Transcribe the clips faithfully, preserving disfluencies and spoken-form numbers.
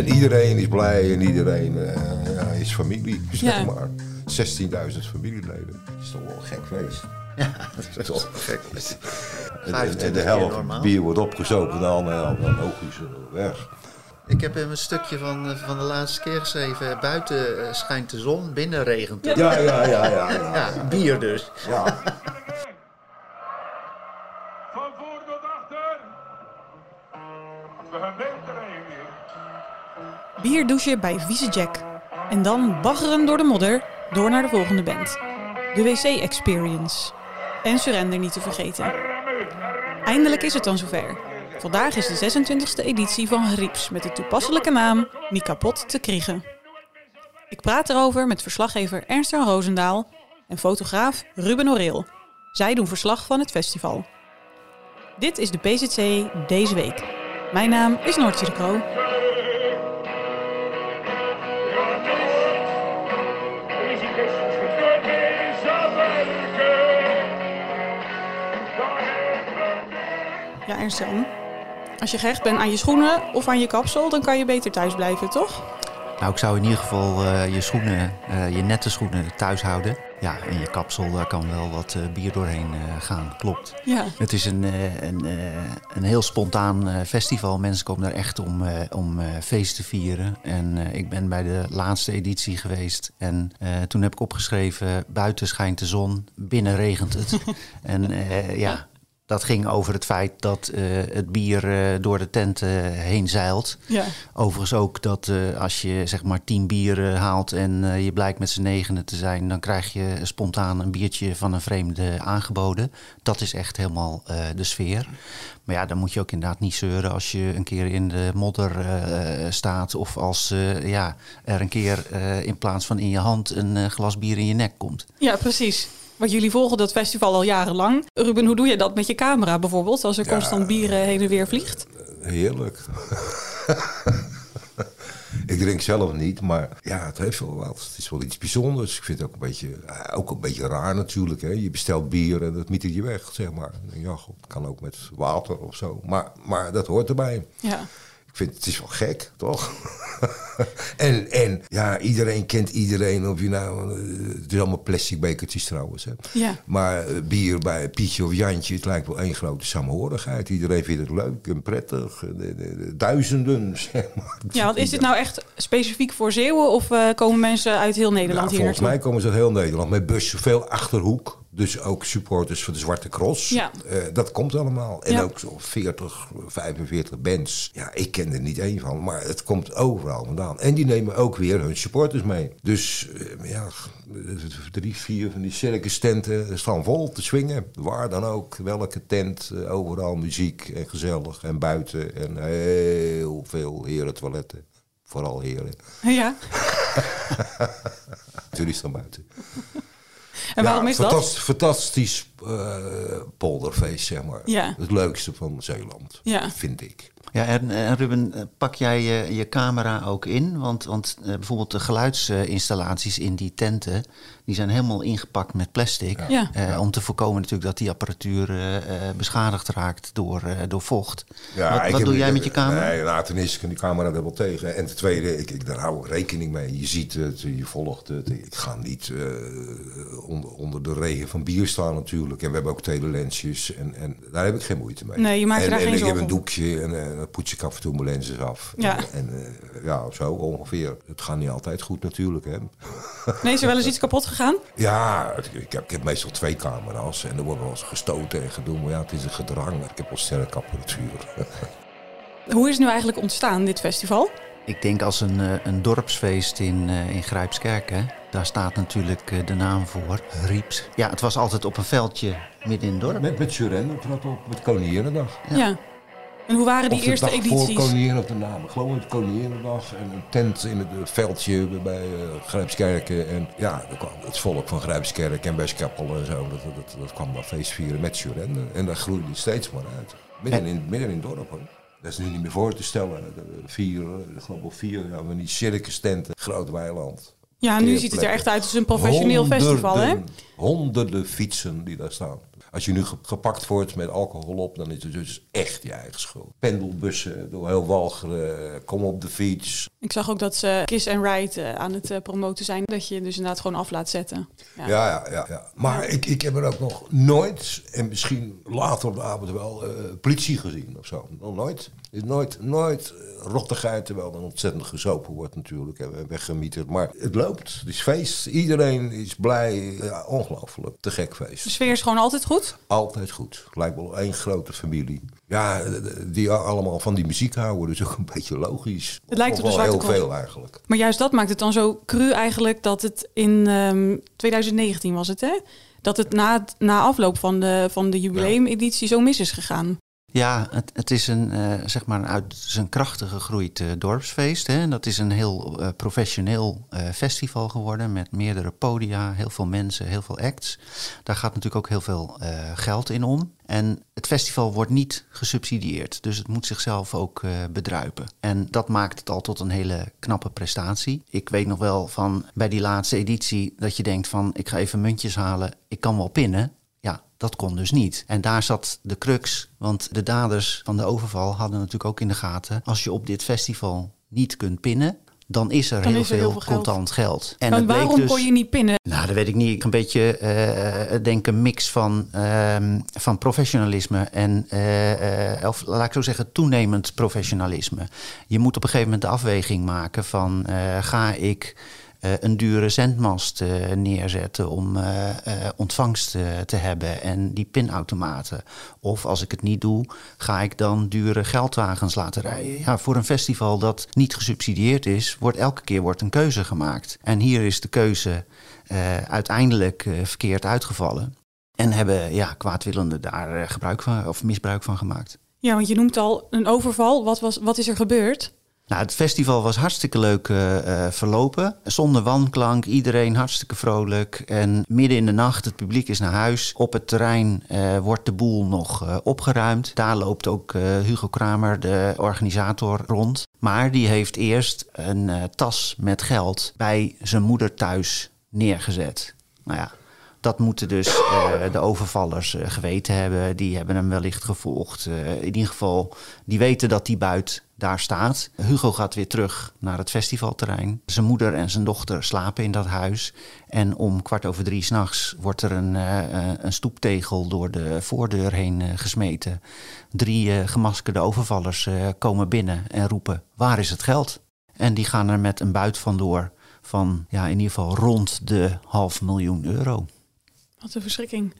En iedereen is blij en iedereen uh, ja, is familie, zeg Ja. maar. zestienduizend familieleden. Dat is toch wel een gek feest. Ja, dat is toch gek. En, en, en de helft van het bier wordt opgezopen en dan, dan, dan logisch weg. Ik heb een stukje van, van de laatste keer geschreven. Buiten schijnt de zon, binnen regent het. Ja, ja, ja, ja. Ja, ja bier dus. Ja. Van voor tot achter. We gaan beter weer. Bier douchen bij Vieze Jack. En dan baggeren door de modder, door naar de volgende band. De W C Experience. En Surrender niet te vergeten. Eindelijk is het dan zover. Vandaag is de zesentwintigste editie van Rieps met de toepasselijke naam Niet kapot te kriegen. Ik praat erover met verslaggever Ernst-Jan Roosendaal en fotograaf Ruben Oreel. Zij doen verslag van het festival. Dit is de P Z C deze week. Mijn naam is Noortje de Kroo. Ja, Ernst-Jan. Als je gehecht bent aan je schoenen of aan je kapsel, dan kan je beter thuis blijven, toch? Nou, ik zou in ieder geval uh, je schoenen, uh, je nette schoenen thuis houden. Ja, en je kapsel, daar kan wel wat uh, bier doorheen uh, gaan, klopt. Ja. Het is een, uh, een, uh, een heel spontaan uh, festival. Mensen komen daar echt om, uh, om uh, feest te vieren. En uh, ik ben bij de laatste editie geweest. En uh, toen heb ik opgeschreven, buiten schijnt de zon, binnen regent het. en uh, ja... Dat ging over het feit dat uh, het bier uh, door de tent uh, heen zeilt. Ja. Overigens ook dat uh, als je zeg maar tien bieren haalt en uh, je blijkt met z'n negenen te zijn, dan krijg je spontaan een biertje van een vreemde aangeboden. Dat is echt helemaal uh, de sfeer. Maar ja, dan moet je ook inderdaad niet zeuren als je een keer in de modder uh, staat. Of als uh, ja, er een keer uh, in plaats van in je hand een uh, glas bier in je nek komt. Ja, precies. Want jullie volgen dat festival al jarenlang. Ruben, hoe doe je dat met je camera bijvoorbeeld? Als er Ja, constant bieren heen en weer vliegt? Heerlijk. Ik drink zelf niet, maar ja, het heeft wel wat. Het is wel iets bijzonders. Ik vind het ook een beetje, ook een beetje raar natuurlijk. Hè. Je bestelt bier en dat mietert je weg, zeg maar. Ja, goed, het kan ook met water of zo. Maar, maar dat hoort erbij. Ja. Ik vind het is wel gek, toch? en, en ja, iedereen kent iedereen. Of je nou, het is allemaal plastic bekertjes trouwens. Hè. Ja. Maar uh, bier bij Pietje of Jantje, het lijkt wel één grote samenhorigheid. Iedereen vindt het leuk en prettig. De, de, de, duizenden, zeg maar. Ja, want is dit nou echt specifiek voor Zeeuwen of uh, komen mensen uit heel Nederland nou, hier volgens naartoe? mij komen ze uit heel Nederland met bussen, veel Achterhoek. Dus ook supporters van de Zwarte Cross. Ja. Uh, dat komt allemaal. En ja. ook zo'n veertig, vijfenveertig bands. Ja, ik ken er niet één van, maar het komt overal vandaan. En die nemen ook weer hun supporters mee. Dus uh, ja, drie, vier van die circus tenten staan vol te swingen. Waar dan ook, welke tent, uh, overal muziek en gezellig. En buiten en heel veel herentoiletten. Vooral heren. Ja. Jullie staan buiten. En waarom ja, is fantastisch, dat? Fantastisch uh, polderfeest, zeg maar. Ja. Het leukste van Zeeland, ja. vind ik. Ja, en, en Ruben, pak jij je, je camera ook in? Want, want uh, bijvoorbeeld de geluidsinstallaties in die tenten, die zijn helemaal ingepakt met plastic. Ja. Ja. Uh, Ja. om te voorkomen natuurlijk dat die apparatuur uh, uh, beschadigd raakt door, uh, door vocht. Ja, wat ik wat heb, doe jij met je camera? Nee, nou, ten eerste kan die camera er wel tegen. En ten tweede, ik, ik, daar hou ik rekening mee. Je ziet het, je volgt het. Ik ga niet uh, onder, onder de regen van bier staan natuurlijk. En we hebben ook telelensjes. En, en daar heb ik geen moeite mee. Nee, je maakt je en, daar en geen ik heb zorgen een om. doekje en uh, dan poets ik af en toe mijn lenzen af. Ja. En, en uh, ja, zo ongeveer. Het gaat niet altijd goed natuurlijk, hè. Nee, is er wel eens iets kapot gegaan? Ja, ik heb, ik heb meestal twee camera's en er wordt wel eens gestoten en gedoe. Maar ja, het is een gedrang. Ik heb wel sterke apparatuur. Hoe is het nu eigenlijk ontstaan, dit festival? Ik denk als een, uh, een dorpsfeest in, uh, in Grijpskerk, hè. Daar staat natuurlijk uh, de naam voor, Rieps. Ja, het was altijd op een veldje midden in het dorp. Met, met Surrender trad op, met Koninginnedag. Ja. ja. En hoe waren die of de eerste dag edities? voor Koningin op de naam. Ik geloof met Koninginnedag en een tent in het veldje bij uh, Grijpskerken. En ja, dan kwam het volk van Grijpskerk en Westkappel en zo. Dat, dat, dat kwam dan feest vieren met Surrender. En daar groeide het steeds maar uit. Midden in, midden in het dorp, hoor. Dat is nu niet meer voor te stellen. Vier, ik geloof wel vier, ja, van die circus tenten, groot weiland. Ja, nu ziet het er echt uit als een professioneel honderden, festival, hè? Honderden fietsen die daar staan. Als je nu gepakt wordt met alcohol op, dan is het dus echt je eigen schuld. Pendelbussen door heel Walcheren, kom op de fiets. Ik zag ook dat ze Kiss and Ride uh, aan het uh, promoten zijn. Dat je dus inderdaad gewoon af laat zetten. Ja, ja, ja. ja, ja. Maar ik, ik heb er ook nog nooit, en misschien later op de avond wel, uh, politie gezien of zo. Nog nooit. Is nooit, nooit uh, rottigheid, terwijl er ontzettend gezopen wordt natuurlijk. En weggemieterd. Maar het loopt. Het is feest. Iedereen is blij. Ja, ongelooflijk. Te gek feest. De sfeer is gewoon altijd goed? Altijd goed. Lijkt wel één grote familie. Ja, die allemaal van die muziek houden. Dus ook een beetje logisch. Het lijkt op wel de Zwarte heel Cross. veel eigenlijk. Maar juist dat maakt het dan zo cru eigenlijk dat het in um, twintig negentien was het, hè? Dat het na, na afloop van de, van de jubileumeditie zo mis is gegaan. Ja, het, het is een, uh, zeg maar uit zijn krachten gegroeid uh, dorpsfeest. Hè. Dat is een heel uh, professioneel uh, festival geworden met meerdere podia, heel veel mensen, heel veel acts. Daar gaat natuurlijk ook heel veel uh, geld in om. En het festival wordt niet gesubsidieerd, dus het moet zichzelf ook uh, bedruipen. En dat maakt het al tot een hele knappe prestatie. Ik weet nog wel van bij die laatste editie dat je denkt van ik ga even muntjes halen, ik kan wel pinnen. Ja, dat kon dus niet. En daar zat de crux, want de daders van de overval hadden natuurlijk ook in de gaten, als je op dit festival niet kunt pinnen, dan is er, dan heel, is er veel heel veel geld. contant geld. En want waarom dus, kon je niet pinnen? Nou, dat weet ik niet. Een beetje, uh, denk een mix van, uh, van professionalisme en, uh, uh, of laat ik zo zeggen, toenemend professionalisme. Je moet op een gegeven moment de afweging maken van, uh, ga ik Uh, een dure zendmast uh, neerzetten om uh, uh, ontvangst uh, te hebben en die pinautomaten. Of als ik het niet doe, ga ik dan dure geldwagens laten rijden. Ja, voor een festival dat niet gesubsidieerd is, wordt elke keer wordt een keuze gemaakt. En hier is de keuze uh, uiteindelijk uh, verkeerd uitgevallen. En hebben ja, kwaadwillenden daar uh, gebruik van of misbruik van gemaakt. Ja, want je noemt al een overval. Wat, was, wat is er gebeurd? Nou, het festival was hartstikke leuk uh, uh, verlopen. Zonder wanklank, iedereen hartstikke vrolijk. En midden in de nacht, het publiek is naar huis. Op het terrein uh, wordt de boel nog uh, opgeruimd. Daar loopt ook uh, Hugo Kramer, de organisator, rond. Maar die heeft eerst een uh, tas met geld bij zijn moeder thuis neergezet. Nou ja, dat moeten dus uh, de overvallers uh, geweten hebben. Die hebben hem wellicht gevolgd. Uh, in ieder geval, die weten dat die buit daar staat. Hugo gaat weer terug naar het festivalterrein. Zijn moeder en zijn dochter slapen in dat huis. En om kwart over drie 's nachts wordt er een, uh, een stoeptegel door de voordeur heen uh, gesmeten. Drie uh, gemaskerde overvallers uh, komen binnen en roepen, waar is het geld? En die gaan er met een buit vandoor van ja, in ieder geval rond de half miljoen euro. Wat een verschrikking.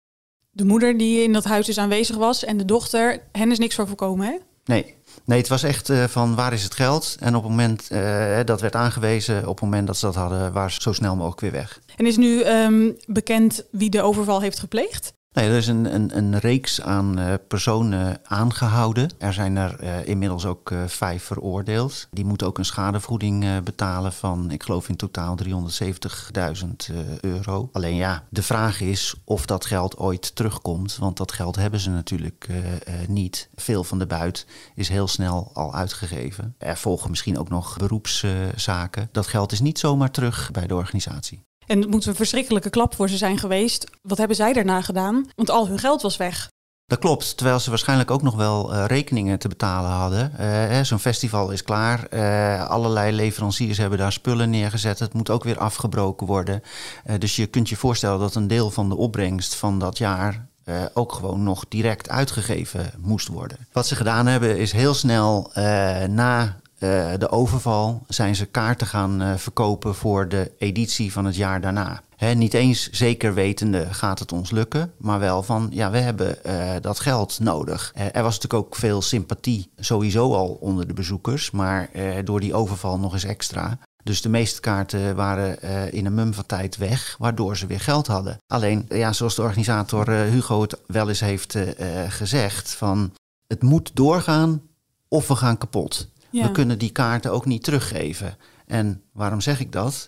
De moeder die in dat huis dus aanwezig was en de dochter, hen is niks voor voorkomen, hè? Nee. Nee, het was echt uh, van waar is het geld? En op het moment uh, dat werd aangewezen, op het moment dat ze dat hadden, waren ze zo snel mogelijk weer weg. En is nu um, bekend wie de overval heeft gepleegd? Nee, er is een, een, een reeks aan uh, personen aangehouden. Er zijn er uh, inmiddels ook uh, vijf veroordeeld. Die moeten ook een schadevergoeding uh, betalen van, ik geloof in totaal driehonderdzeventigduizend uh, euro. Alleen ja, de vraag is of dat geld ooit terugkomt. Want dat geld hebben ze natuurlijk uh, uh, niet. Veel van de buit is heel snel al uitgegeven. Er volgen misschien ook nog beroepszaken. Uh, dat geld is niet zomaar terug bij de organisatie. En het moet een verschrikkelijke klap voor ze zijn geweest. Wat hebben zij daarna gedaan? Want al hun geld was weg. Dat klopt, terwijl ze waarschijnlijk ook nog wel uh, rekeningen te betalen hadden. Uh, Zo'n festival is klaar. Uh, allerlei leveranciers hebben daar spullen neergezet. Het moet ook weer afgebroken worden. Uh, dus je kunt je voorstellen dat een deel van de opbrengst van dat jaar Uh, ook gewoon nog direct uitgegeven moest worden. Wat ze gedaan hebben is heel snel uh, na uh, de overval zijn ze kaarten gaan uh, verkopen voor de editie van het jaar daarna. He, niet eens zeker wetende gaat het ons lukken, maar wel van ja, we hebben uh, dat geld nodig. Uh, er was natuurlijk ook veel sympathie sowieso al onder de bezoekers, maar uh, door die overval nog eens extra. Dus de meeste kaarten waren uh, in een mum van tijd weg, waardoor ze weer geld hadden. Alleen, ja, zoals de organisator uh, Hugo het wel eens heeft uh, gezegd, van het moet doorgaan of we gaan kapot. Ja. We kunnen die kaarten ook niet teruggeven. En waarom zeg ik dat?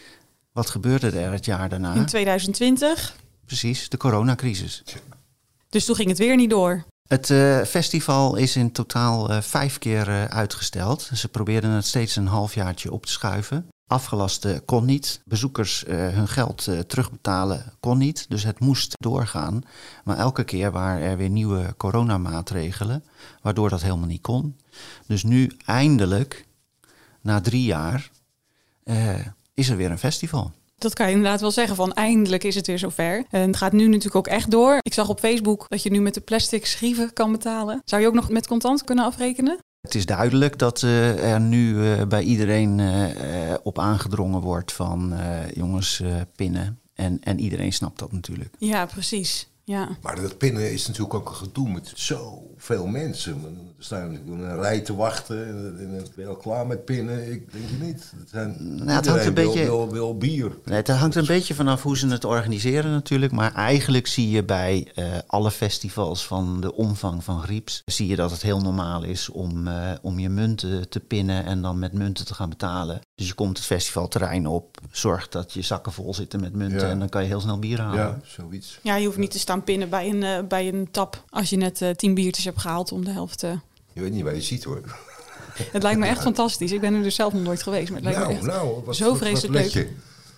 Wat gebeurde er het jaar daarna? In tweeduizend twintig. Precies, de coronacrisis. Dus toen ging het weer niet door. Het uh, festival is in totaal uh, vijf keer uh, uitgesteld. Ze probeerden het steeds een halfjaartje op te schuiven. Afgelasten kon niet. Bezoekers uh, hun geld uh, terugbetalen kon niet. Dus het moest doorgaan. Maar elke keer waren er weer nieuwe coronamaatregelen, waardoor dat helemaal niet kon. Dus nu eindelijk, na drie jaar, uh, is er weer een festival. Dat kan je inderdaad wel zeggen, van eindelijk is het weer zover. En het gaat nu natuurlijk ook echt door. Ik zag op Facebook dat je nu met de plastic schieven kan betalen. Zou je ook nog met contant kunnen afrekenen? Het is duidelijk dat uh, er nu uh, bij iedereen uh, uh, op aangedrongen wordt van uh, jongens, uh, pinnen. En, en iedereen snapt dat natuurlijk. Ja, precies. Ja. Maar dat pinnen is natuurlijk ook een gedoe met zoveel mensen. Er staan natuurlijk een rij te wachten en ben je al klaar met pinnen? Ik denk het niet. Het, zijn, nou, het hangt een wil, beetje, wil, wil bier. Nee, het hangt een beetje vanaf hoe ze het organiseren natuurlijk. Maar eigenlijk zie je bij uh, alle festivals van de omvang van Grips, zie je dat het heel normaal is om, uh, om je munten te pinnen en dan met munten te gaan betalen. Dus je komt het festivalterrein op, zorgt dat je zakken vol zitten met munten ja. en dan kan je heel snel bier halen. Ja, zoiets. Ja, je hoeft niet te staan pinnen bij een, uh, bij een tap als je net uh, tien biertjes hebt gehaald om de helft. Uh... Je weet niet waar je ziet hoor. Het lijkt me echt fantastisch. Ik ben er dus zelf nog nooit geweest, maar het lijkt nou, me echt nou, wat, zo wat, vreselijk wat leuk.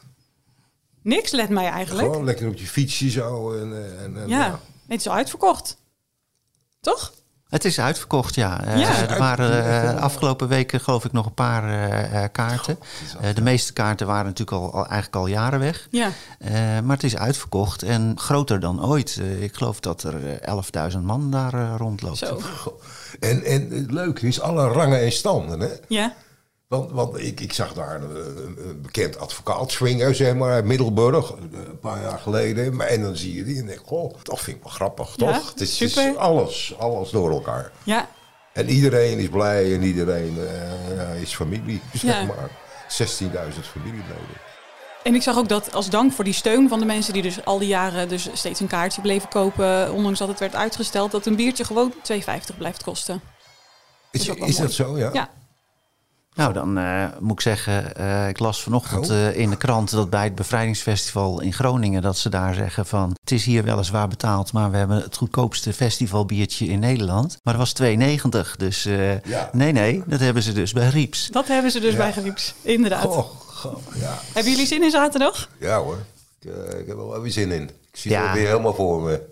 Niks let mij eigenlijk. Gewoon lekker op je fietsje zo. En, en, en, ja, ja. Nee, het is al uitverkocht. Toch? Het is uitverkocht, ja. ja. Uh, er waren uh, afgelopen weken geloof ik nog een paar uh, kaarten. Uh, de meeste kaarten waren natuurlijk al, al eigenlijk al jaren weg. Ja. Uh, maar het is uitverkocht en groter dan ooit. Uh, ik geloof dat er uh, elfduizend man daar uh, rondloopt. Zo. En, en het leuke is alle rangen en standen, hè? Ja. Want, want ik, ik zag daar een, een bekend advocaatswinger, zeg maar, uit Middelburg, een paar jaar geleden. Maar, en dan zie je die en denk goh, dat vind ik wel grappig, toch? Ja, het is, super. Het is alles, alles door elkaar. Ja. En iedereen is blij en iedereen uh, ja, is familie, zeg ja. maar. zestienduizend familieleden. En ik zag ook dat als dank voor die steun van de mensen die dus al die jaren dus steeds een kaartje bleven kopen, ondanks dat het werd uitgesteld, dat een biertje gewoon twee vijftig blijft kosten. Is, dat, is, is dat zo, ja? Ja. Nou, dan uh, moet ik zeggen, uh, ik las vanochtend uh, in de krant dat bij het Bevrijdingsfestival in Groningen, dat ze daar zeggen van, het is hier weliswaar betaald, maar we hebben het goedkoopste festivalbiertje in Nederland. Maar dat was twee negentig, dus uh, ja. nee, nee, dat hebben ze dus bij Grips. Dat hebben ze dus ja. bij Grips, inderdaad. Goh, goh, ja. Hebben jullie zin in zaterdag? Ja hoor, ik, uh, ik heb er wel weer zin in. Ik zie ja. het weer helemaal voor me.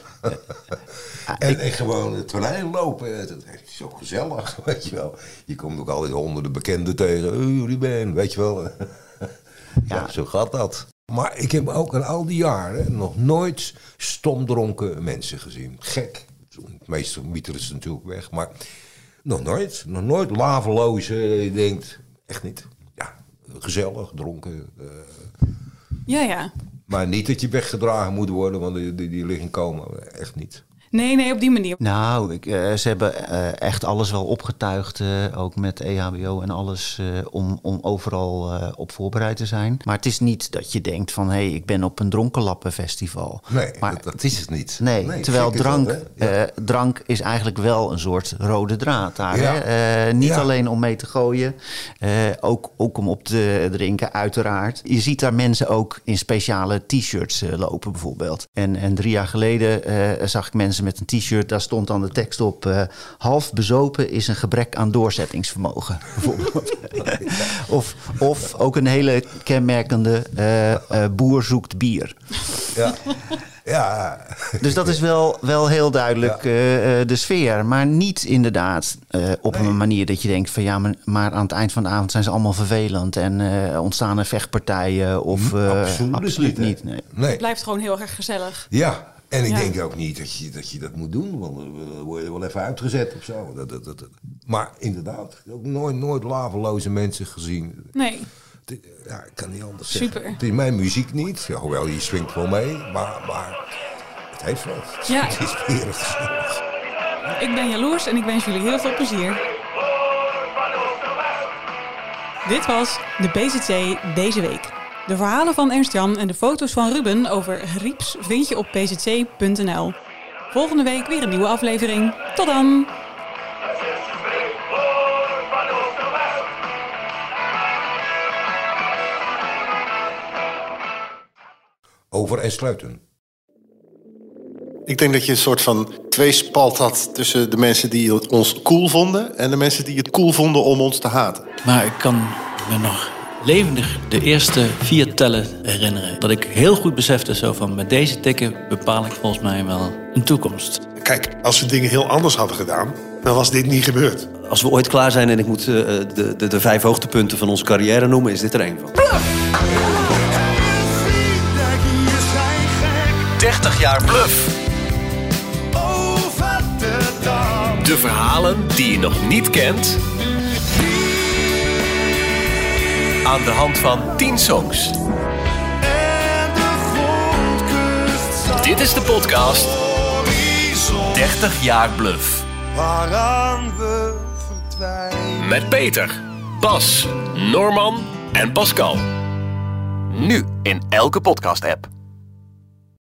en, en gewoon het terrein lopen, het is zo gezellig, weet je wel. Je komt ook altijd honderden bekenden tegen. Oh, Ruben, weet je wel. ja. ja, zo gaat dat. Maar ik heb ook in al die jaren nog nooit stomdronken mensen gezien. Gek. Het meeste mieteren is natuurlijk weg, maar nog nooit. Nog nooit laveloze, je denkt, echt niet. Ja, gezellig, dronken. Uh, ja, ja. Maar niet dat je weggedragen moet worden, want die, die, die liggen komen. Echt niet. Nee, nee, op die manier. Nou, ik, uh, ze hebben uh, echt alles wel opgetuigd, uh, ook met E H B O en alles, uh, om, om overal uh, op voorbereid te zijn. Maar het is niet dat je denkt van, hé, hey, ik ben op een dronkenlappenfestival. Nee, maar, dat, dat is het niet. Nee, nee terwijl drank, dat, ja. uh, drank is eigenlijk wel een soort rode draad daar. Ja. Hè? Uh, niet ja. alleen om mee te gooien, uh, ook, ook om op te drinken, uiteraard. Je ziet daar mensen ook in speciale t-shirts uh, lopen bijvoorbeeld. En, en drie jaar geleden uh, zag ik mensen met een t-shirt, daar stond dan de tekst op, uh, half bezopen is een gebrek aan doorzettingsvermogen. Bijvoorbeeld. of, of ook een hele kenmerkende uh, uh, boer zoekt bier. Ja. Ja. Dus dat is wel, wel heel duidelijk ja. uh, de sfeer. Maar niet inderdaad uh, op nee. een manier dat je denkt van ja, maar, maar aan het eind van de avond zijn ze allemaal vervelend en uh, ontstaan er vechtpartijen of uh, absoluut, absoluut niet. Nee. Nee. Het blijft gewoon heel erg gezellig. Ja. En ik ja. denk ook niet dat je, dat je dat moet doen, want dan word je wel even uitgezet of zo. Dat, dat, dat, dat. Maar inderdaad, ook nooit, nooit laveloze mensen gezien. Nee. Ja, ik kan niet anders Super. zeggen. Het is mijn muziek niet, ja, hoewel je swingt wel mee, maar, maar het heeft wel. Ja. Het is weer gezellig. Ik ben jaloers en ik wens jullie heel veel plezier. Dit was de B Z C deze week. De verhalen van Ernst-Jan en de foto's van Ruben over Grips vind je op b z c punt n l. Volgende week weer een nieuwe aflevering. Tot dan! Over en sluiten. Ik denk dat je een soort van tweespalt had tussen de mensen die ons cool vonden en de mensen die het cool vonden om ons te haten. Maar ik kan me nog levendig de eerste vier tellen herinneren. Dat ik heel goed besefte zo van met deze tikken bepaal ik volgens mij wel een toekomst. Kijk, als we dingen heel anders hadden gedaan, dan was dit niet gebeurd. Als we ooit klaar zijn en ik moet uh, de, de, de vijf hoogtepunten van onze carrière noemen, is dit er één van. dertig jaar Bluff. De verhalen die je nog niet kent. Aan de hand van tien songs. Dit is de podcast dertig jaar Bluff. Waaraan we verdwijnen. Met Peter, Bas, Norman en Pascal. Nu in elke podcast-app.